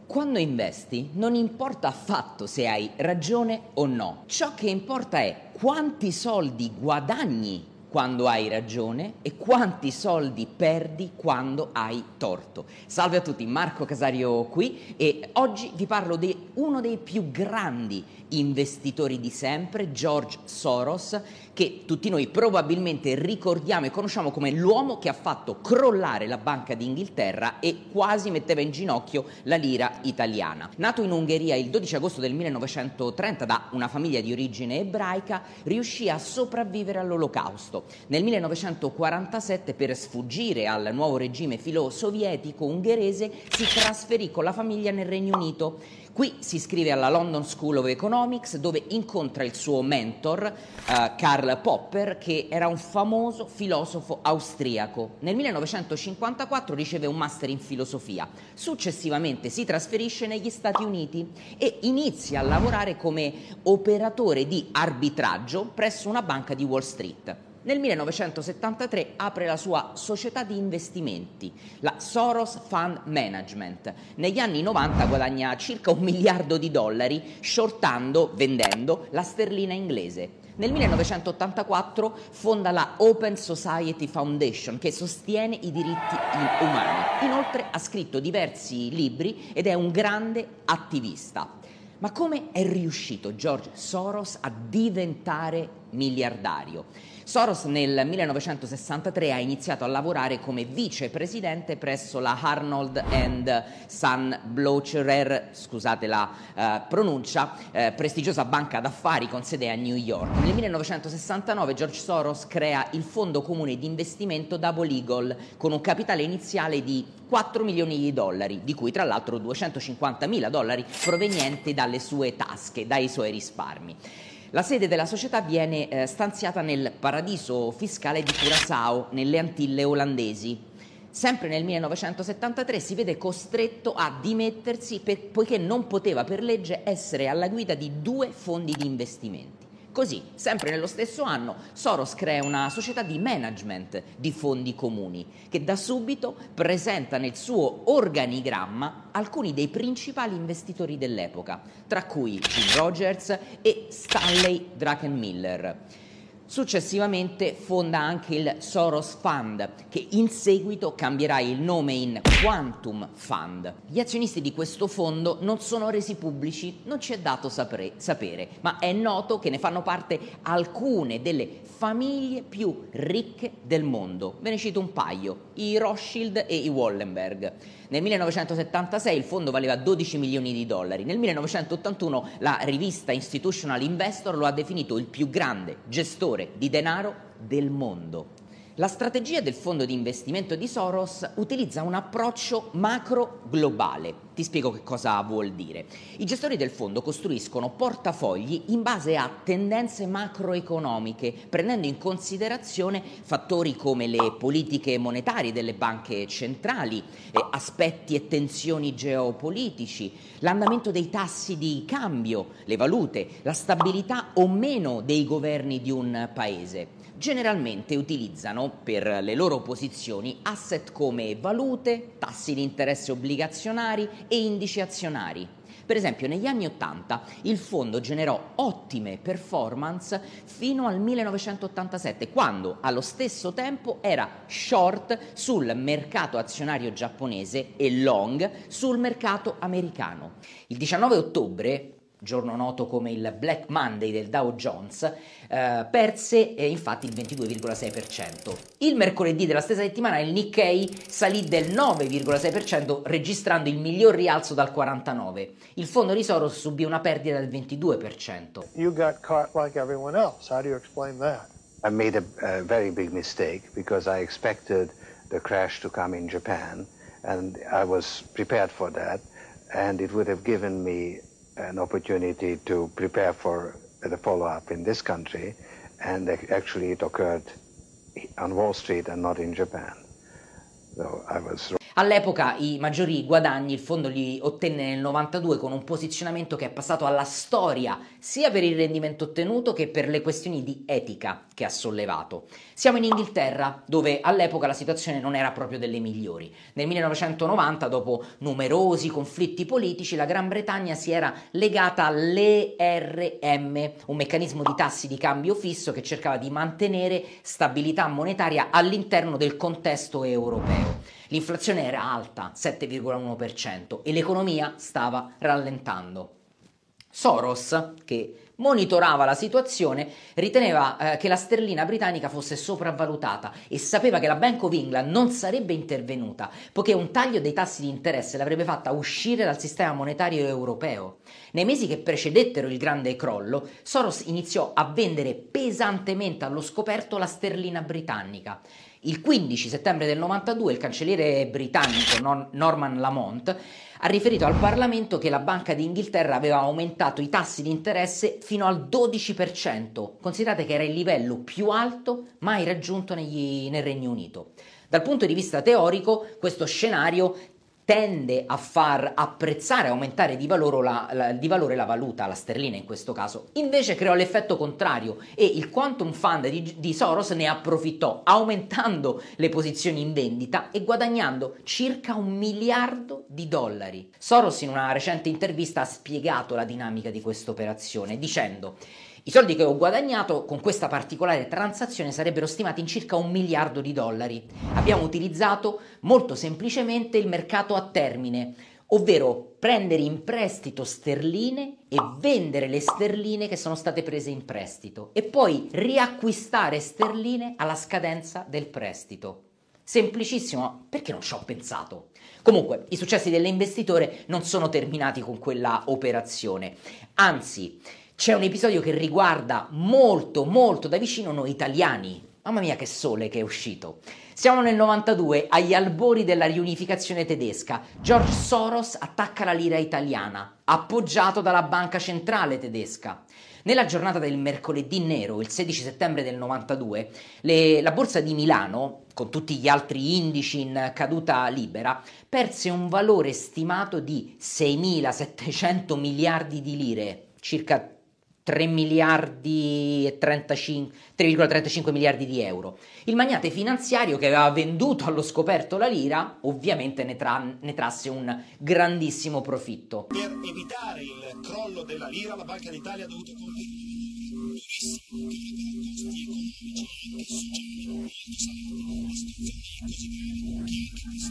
Quando investi non importa affatto se hai ragione o no. Ciò che importa è quanti soldi guadagni quando hai ragione e quanti soldi perdi quando hai torto. Salve a tutti, Marco Casario qui e oggi vi parlo di uno dei più grandi investitori di sempre, George Soros, che tutti noi probabilmente ricordiamo e conosciamo come l'uomo che ha fatto crollare la Banca d'Inghilterra e quasi metteva in ginocchio la lira italiana. Nato in Ungheria il 12 agosto del 1930 da una famiglia di origine ebraica, riuscì a sopravvivere all'Olocausto. Nel 1947, per sfuggire al nuovo regime filo-sovietico ungherese, si trasferì con la famiglia nel Regno Unito. Qui si iscrive alla London School of Economics, dove incontra il suo mentor, Karl Popper, che era un famoso filosofo austriaco. Nel 1954 riceve un master in filosofia. Successivamente si trasferisce negli Stati Uniti e inizia a lavorare come operatore di arbitraggio presso una banca di Wall Street. Nel 1973 apre la sua società di investimenti, la Soros Fund Management. Negli anni 90 guadagna circa $1 miliardo, shortando, vendendo, la sterlina inglese. Nel 1984 fonda la Open Society Foundation, che sostiene i diritti umani. Inoltre ha scritto diversi libri ed è un grande attivista. Ma come è riuscito George Soros a diventare miliardario? Soros nel 1963 ha iniziato a lavorare come vicepresidente presso la Arnold and Son Blocherer, scusate la pronuncia, prestigiosa banca d'affari con sede a New York. Nel 1969 George Soros crea il fondo comune di investimento Double Eagle con un capitale iniziale di $4 milioni, di cui tra l'altro $250.000 provenienti dalle sue tasche, dai suoi risparmi. La sede della società viene stanziata nel paradiso fiscale di Curaçao, nelle Antille olandesi. Sempre nel 1973 si vede costretto a dimettersi poiché non poteva per legge essere alla guida di 2 fondi di investimenti. Così, sempre nello stesso anno, Soros crea una società di management di fondi comuni che da subito presenta nel suo organigramma alcuni dei principali investitori dell'epoca, tra cui Jim Rogers e Stanley Druckenmiller. Successivamente fonda anche il Soros Fund, che in seguito cambierà il nome in Quantum Fund. Gli azionisti di questo fondo non sono resi pubblici, non ci è dato sapere, ma è noto che ne fanno parte alcune delle famiglie più ricche del mondo. Ve ne cito un paio, i Rothschild e i Wallenberg. Nel 1976 il fondo valeva $12 milioni. Nel 1981 la rivista Institutional Investor lo ha definito il più grande gestore di denaro del mondo. La strategia del fondo di investimento di Soros utilizza un approccio macro globale. Ti spiego che cosa vuol dire. I gestori del fondo costruiscono portafogli in base a tendenze macroeconomiche, prendendo in considerazione fattori come le politiche monetarie delle banche centrali, aspetti e tensioni geopolitici, l'andamento dei tassi di cambio, le valute, la stabilità o meno dei governi di un paese. Generalmente utilizzano per le loro posizioni asset come valute, tassi di interesse obbligazionari e indici azionari. Per esempio, negli anni '80 il fondo generò ottime performance fino al 1987, quando allo stesso tempo era short sul mercato azionario giapponese e long sul mercato americano. Il 19 ottobre, giorno noto come il Black Monday del Dow Jones, perse infatti il 22,6%. Il mercoledì della stessa settimana il Nikkei salì del 9,6%, registrando il miglior rialzo dal 49. Il fondo di Soros subì una perdita del 22%. You got caught like everyone else. How do you explain that? I made a very big mistake because I expected the crash to come in Japan and I was prepared for that, and it would have given me an opportunity to prepare for the follow-up in this country, and actually it occurred on Wall Street and not in Japan. So I was wrong. All'epoca i maggiori guadagni il fondo li ottenne nel 92 con un posizionamento che è passato alla storia sia per il rendimento ottenuto che per le questioni di etica che ha sollevato. Siamo in Inghilterra, dove all'epoca la situazione non era proprio delle migliori. Nel 1990, dopo numerosi conflitti politici, la Gran Bretagna si era legata all'ERM, un meccanismo di tassi di cambio fisso che cercava di mantenere stabilità monetaria all'interno del contesto europeo. L'inflazione era alta, 7,1%, e l'economia stava rallentando. Soros, che monitorava la situazione, riteneva che la sterlina britannica fosse sopravvalutata e sapeva che la Bank of England non sarebbe intervenuta, poiché un taglio dei tassi di interesse l'avrebbe fatta uscire dal sistema monetario europeo. Nei mesi che precedettero il grande crollo, Soros iniziò a vendere pesantemente allo scoperto la sterlina britannica. Il 15 settembre del 92 il cancelliere britannico Norman Lamont ha riferito al Parlamento che la Banca d'Inghilterra aveva aumentato i tassi di interesse fino al 12%, considerate che era il livello più alto mai raggiunto nel Regno Unito. Dal punto di vista teorico, questo scenario tende a far apprezzare, aumentare di valore la valuta, la sterlina in questo caso. Invece creò l'effetto contrario e il Quantum Fund di Soros ne approfittò, aumentando le posizioni in vendita e guadagnando circa $1 miliardo. Soros in una recente intervista ha spiegato la dinamica di questa operazione dicendo: i soldi che ho guadagnato con questa particolare transazione sarebbero stimati in circa $1 miliardo. Abbiamo utilizzato molto semplicemente il mercato a termine, ovvero prendere in prestito sterline e vendere le sterline che sono state prese in prestito e poi riacquistare sterline alla scadenza del prestito. Semplicissimo, perché non ci ho pensato? Comunque, i successi dell'investitore non sono terminati con quella operazione, anzi, c'è un episodio che riguarda molto da vicino noi italiani. Mamma mia che sole che è uscito. Siamo nel 92, agli albori della riunificazione tedesca. George Soros attacca la lira italiana, appoggiato dalla banca centrale tedesca. Nella giornata del mercoledì nero, il 16 settembre del 92, la borsa di Milano, con tutti gli altri indici in caduta libera, perse un valore stimato di 6.700 miliardi di lire, circa 3,35 miliardi di euro. Il magnate finanziario che aveva venduto allo scoperto la lira ovviamente ne trasse un grandissimo profitto. Per evitare il crollo della lira, la Banca d'Italia ha dovuto compiere durissimi costi economici e sociali molto salati. La situazione è così grave che anche il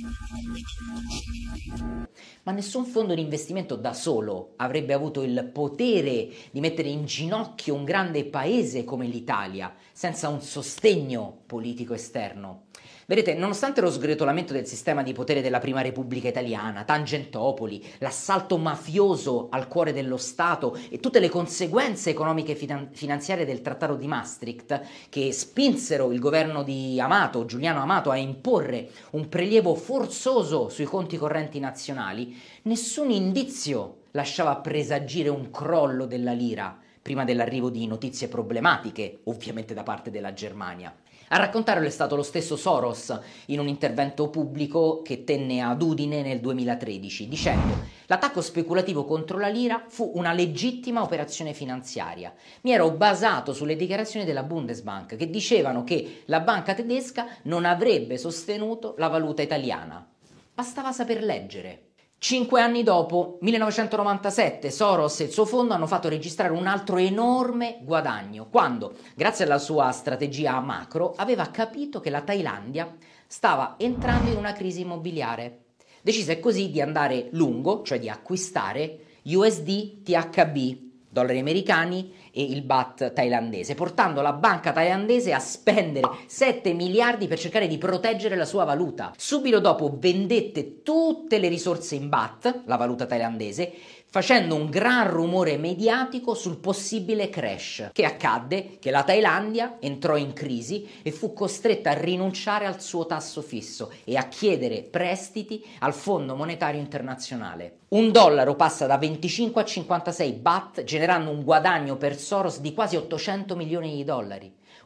Presidente Ma nessun fondo di investimento da solo avrebbe avuto il potere di mettere in ginocchio un grande paese come l'Italia senza un sostegno politico esterno. Vedete, nonostante lo sgretolamento del sistema di potere della Prima Repubblica Italiana, Tangentopoli, l'assalto mafioso al cuore dello Stato e tutte le conseguenze economiche e finanziarie del Trattato di Maastricht che spinsero il governo di Giuliano Amato, a imporre un prelievo forzoso sui conti correnti nazionali, nessun indizio lasciava presagire un crollo della lira prima dell'arrivo di notizie problematiche, ovviamente da parte della Germania. A raccontarlo è stato lo stesso Soros in un intervento pubblico che tenne ad Udine nel 2013, dicendo: l'attacco speculativo contro la lira fu una legittima operazione finanziaria. Mi ero basato sulle dichiarazioni della Bundesbank che dicevano che la banca tedesca non avrebbe sostenuto la valuta italiana. Bastava saper leggere. 5 anni dopo, 1997, Soros e il suo fondo hanno fatto registrare un altro enorme guadagno, quando, grazie alla sua strategia macro, aveva capito che la Thailandia stava entrando in una crisi immobiliare. Decise così di andare lungo, cioè di acquistare USD THB, dollari americani e il baht thailandese, portando la banca thailandese a spendere 7 miliardi per cercare di proteggere la sua valuta. Subito dopo vendette tutte le risorse in baht, la valuta thailandese, facendo un gran rumore mediatico sul possibile crash. Che accadde? Che la Thailandia entrò in crisi e fu costretta a rinunciare al suo tasso fisso e a chiedere prestiti al Fondo Monetario Internazionale. Un dollaro passa da 25 a 56 baht, generando un guadagno per Soros di quasi 800 milioni di dollari.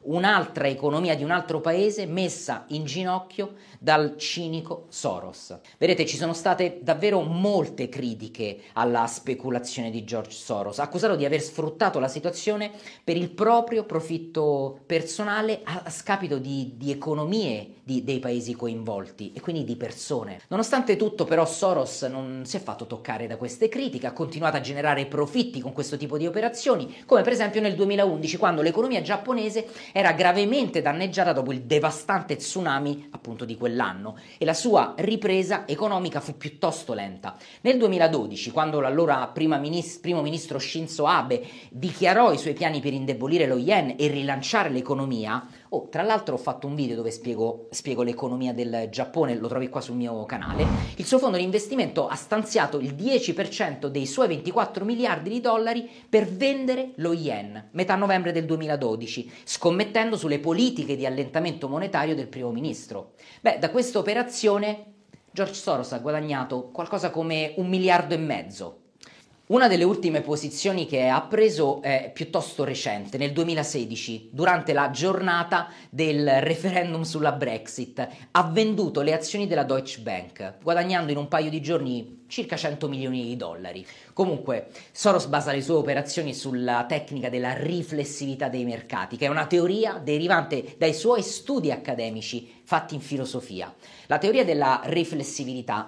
un'altra economia di un altro paese messa in ginocchio dal cinico Soros. Vedete, ci sono state davvero molte critiche alla speculazione di George Soros, accusato di aver sfruttato la situazione per il proprio profitto personale a scapito di economie dei paesi coinvolti e quindi di persone. Nonostante tutto, però, Soros non si è fatto toccare da queste critiche, ha continuato a generare profitti con questo tipo di operazioni, come per esempio nel 2011, quando l'economia giapponese era gravemente danneggiata dopo il devastante tsunami appunto di quell'anno e la sua ripresa economica fu piuttosto lenta. Nel 2012, quando l'allora primo ministro Shinzo Abe dichiarò i suoi piani per indebolire lo yen e rilanciare l'economia, tra l'altro ho fatto un video dove spiego l'economia del Giappone, lo trovi qua sul mio canale, il suo fondo di investimento ha stanziato il 10% dei suoi 24 miliardi di dollari per vendere lo yen, metà novembre del 2012, scommettendo sulle politiche di allentamento monetario del primo ministro. Da questa operazione George Soros ha guadagnato qualcosa come 1,5 miliardi. Una delle ultime posizioni che ha preso è piuttosto recente, nel 2016, durante la giornata del referendum sulla Brexit, ha venduto le azioni della Deutsche Bank, guadagnando in un paio di giorni circa 100 milioni di dollari. Comunque, Soros basa le sue operazioni sulla tecnica della riflessività dei mercati, che è una teoria derivante dai suoi studi accademici fatti in filosofia. La teoria della riflessività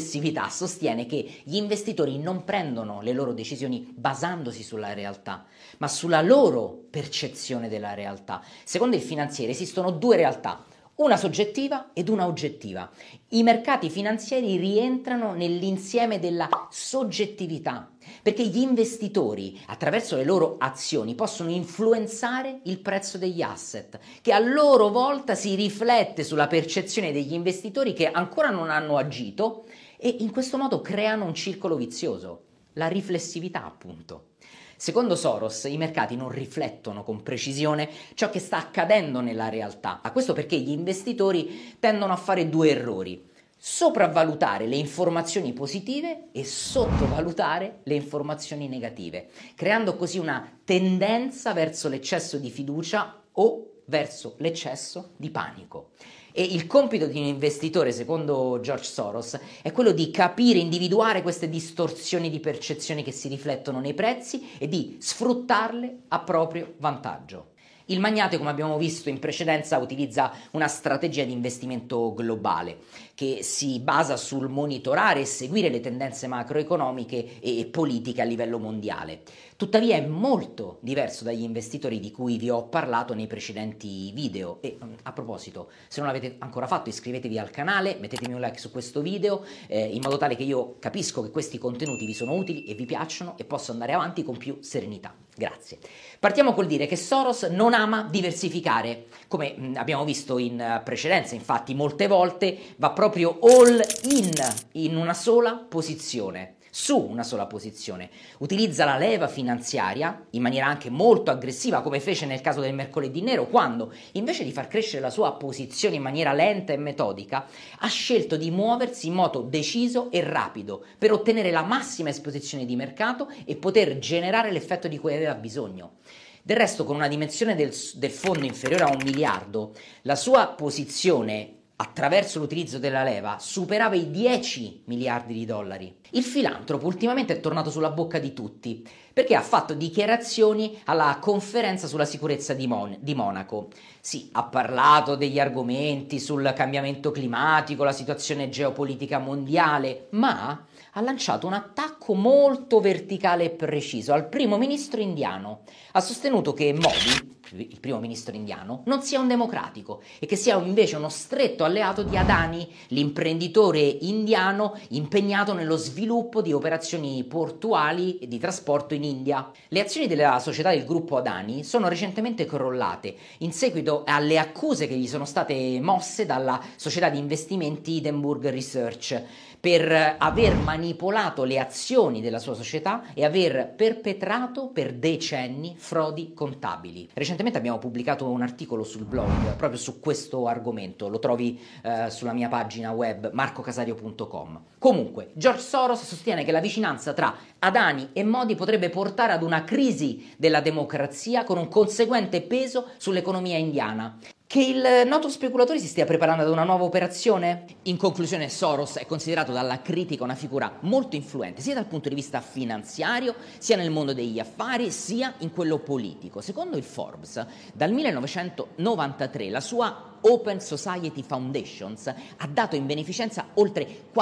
sostiene che gli investitori non prendono le loro decisioni basandosi sulla realtà, ma sulla loro percezione della realtà. Secondo il finanziere esistono due realtà, una soggettiva ed una oggettiva. I mercati finanziari rientrano nell'insieme della soggettività, perché gli investitori, attraverso le loro azioni, possono influenzare il prezzo degli asset, che a loro volta si riflette sulla percezione degli investitori che ancora non hanno agito e in questo modo creano un circolo vizioso, la riflessività appunto. Secondo Soros, i mercati non riflettono con precisione ciò che sta accadendo nella realtà. Questo perché gli investitori tendono a fare due errori: sopravvalutare le informazioni positive e sottovalutare le informazioni negative, creando così una tendenza verso l'eccesso di fiducia o verso l'eccesso di panico. E il compito di un investitore, secondo George Soros, è quello di capire, individuare queste distorsioni di percezione che si riflettono nei prezzi e di sfruttarle a proprio vantaggio. Il magnate, come abbiamo visto in precedenza, utilizza una strategia di investimento globale che si basa sul monitorare e seguire le tendenze macroeconomiche e politiche a livello mondiale. Tuttavia è molto diverso dagli investitori di cui vi ho parlato nei precedenti video e a proposito, se non l'avete ancora fatto iscrivetevi al canale, mettetemi un like su questo video in modo tale che io capisco che questi contenuti vi sono utili e vi piacciono e posso andare avanti con più serenità. Grazie. Partiamo col dire che Soros non ama diversificare, come abbiamo visto in precedenza, infatti molte volte va proprio all in una sola posizione, su una sola posizione. Utilizza la leva finanziaria in maniera anche molto aggressiva, come fece nel caso del mercoledì nero, quando invece di far crescere la sua posizione in maniera lenta e metodica, ha scelto di muoversi in modo deciso e rapido per ottenere la massima esposizione di mercato e poter generare l'effetto di cui aveva bisogno. Del resto, con una dimensione del fondo inferiore a 1 miliardo, la sua posizione attraverso l'utilizzo della leva superava i 10 miliardi di dollari. Il filantropo ultimamente è tornato sulla bocca di tutti perché ha fatto dichiarazioni alla conferenza sulla sicurezza di Monaco. Sì, ha parlato degli argomenti sul cambiamento climatico, la situazione geopolitica mondiale, ma ha lanciato un attacco molto verticale e preciso al primo ministro indiano. Ha sostenuto che Modi, il primo ministro indiano, non sia un democratico e che sia invece uno stretto alleato di Adani, l'imprenditore indiano impegnato nello sviluppo di operazioni portuali e di trasporto in India. Le azioni della società del gruppo Adani sono recentemente crollate in seguito alle accuse che gli sono state mosse dalla società di investimenti Hindenburg Research, per aver manipolato le azioni della sua società e aver perpetrato per decenni frodi contabili. Recentemente abbiamo pubblicato un articolo sul blog proprio su questo argomento, lo trovi sulla mia pagina web marcocasario.com. Comunque, George Soros sostiene che la vicinanza tra Adani e Modi potrebbe portare ad una crisi della democrazia con un conseguente peso sull'economia indiana. Che il noto speculatore si stia preparando ad una nuova operazione? In conclusione, Soros è considerato dalla critica una figura molto influente, sia dal punto di vista finanziario, sia nel mondo degli affari, sia in quello politico. Secondo il Forbes, dal 1993 la sua Open Society Foundations ha dato in beneficenza oltre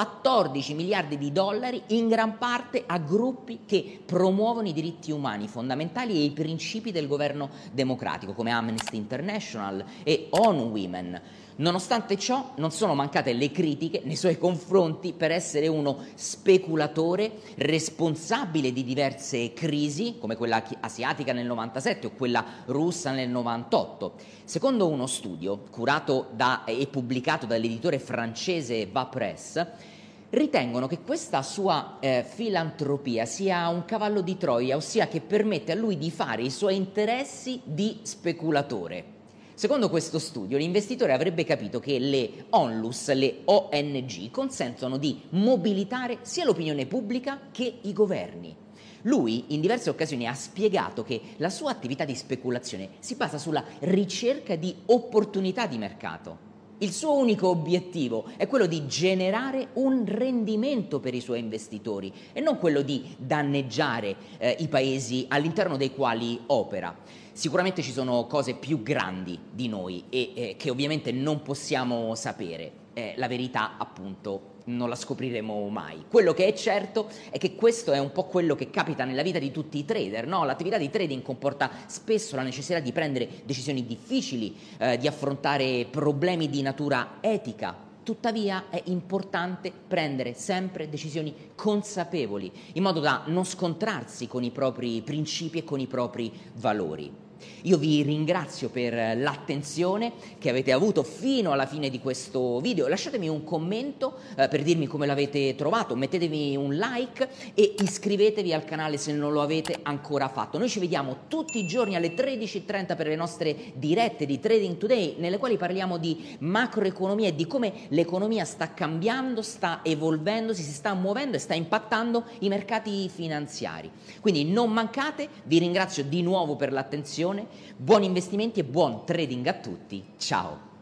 14 miliardi di dollari, in gran parte a gruppi che promuovono i diritti umani fondamentali e i principi del governo democratico, come Amnesty International e ONU Women. Nonostante ciò, non sono mancate le critiche nei suoi confronti per essere uno speculatore responsabile di diverse crisi, come quella asiatica nel 97 o quella russa nel 98. Secondo uno studio curato e pubblicato dall'editore francese Va Presse, ritengono che questa sua filantropia sia un cavallo di Troia, ossia che permette a lui di fare i suoi interessi di speculatore. Secondo questo studio, l'investitore avrebbe capito che le onlus, le ONG, consentono di mobilitare sia l'opinione pubblica che i governi. Lui in diverse occasioni ha spiegato che la sua attività di speculazione si basa sulla ricerca di opportunità di mercato. Il suo unico obiettivo è quello di generare un rendimento per i suoi investitori e non quello di danneggiare i paesi all'interno dei quali opera. Sicuramente ci sono cose più grandi di noi e che ovviamente non possiamo sapere. La verità, appunto, non la scopriremo mai. Quello che è certo è che questo è un po' quello che capita nella vita di tutti i trader, no? L'attività di trading comporta spesso la necessità di prendere decisioni difficili, di affrontare problemi di natura etica. Tuttavia è importante prendere sempre decisioni consapevoli, in modo da non scontrarsi con i propri principi e con i propri valori. Io vi ringrazio per l'attenzione che avete avuto fino alla fine di questo video. Lasciatemi un commento per dirmi come l'avete trovato, mettetevi un like e iscrivetevi al canale se non lo avete ancora fatto. Noi ci vediamo tutti i giorni alle 13:30 per le nostre dirette di Trading Today, nelle quali parliamo di macroeconomia e di come l'economia sta cambiando, sta evolvendosi, si sta muovendo e sta impattando i mercati finanziari. Quindi non mancate, vi ringrazio di nuovo per l'attenzione. Buoni investimenti e buon trading a tutti. Ciao!